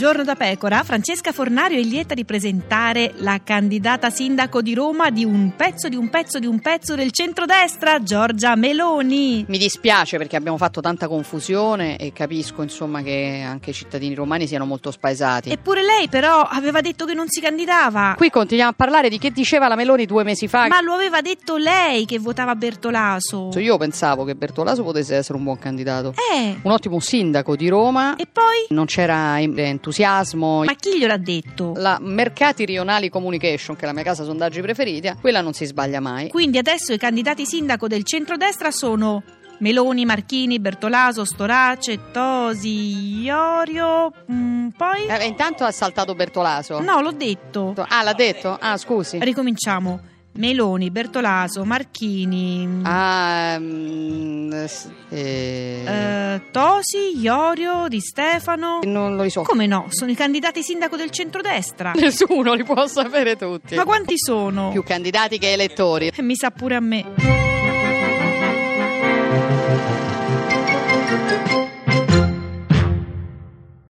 Giorno da Pecora, Francesca Fornario è lieta di presentare la candidata sindaco di Roma di un pezzo del centrodestra, Giorgia Meloni. Mi dispiace perché abbiamo fatto tanta confusione e capisco insomma che anche i cittadini romani siano molto spaesati. Eppure lei però aveva detto che non si candidava. Qui continuiamo a parlare di che diceva la Meloni 2 mesi fa. Ma lo aveva detto lei che votava Bertolaso. Io pensavo che Bertolaso potesse essere un buon candidato. Un ottimo sindaco di Roma. E poi? Non c'era entusiasmo. Ma chi gliel'ha detto? La Mercati Rionali Communication, che è la mia casa sondaggi preferita, quella non si sbaglia mai. Quindi adesso i candidati sindaco del centrodestra sono Meloni, Marchini, Bertolaso, Storace, Tosi, Iorio, poi? Intanto ha saltato Bertolaso. No, l'ho detto. Ah, l'ha detto? Ah, scusi. Ricominciamo. Meloni, Bertolaso, Marchini, Tosi, Iorio, Di Stefano. Non lo so. Come no? Sono i candidati sindaco del centrodestra. Nessuno li può sapere tutti. Ma quanti sono? Più candidati che elettori. Mi sa pure a me.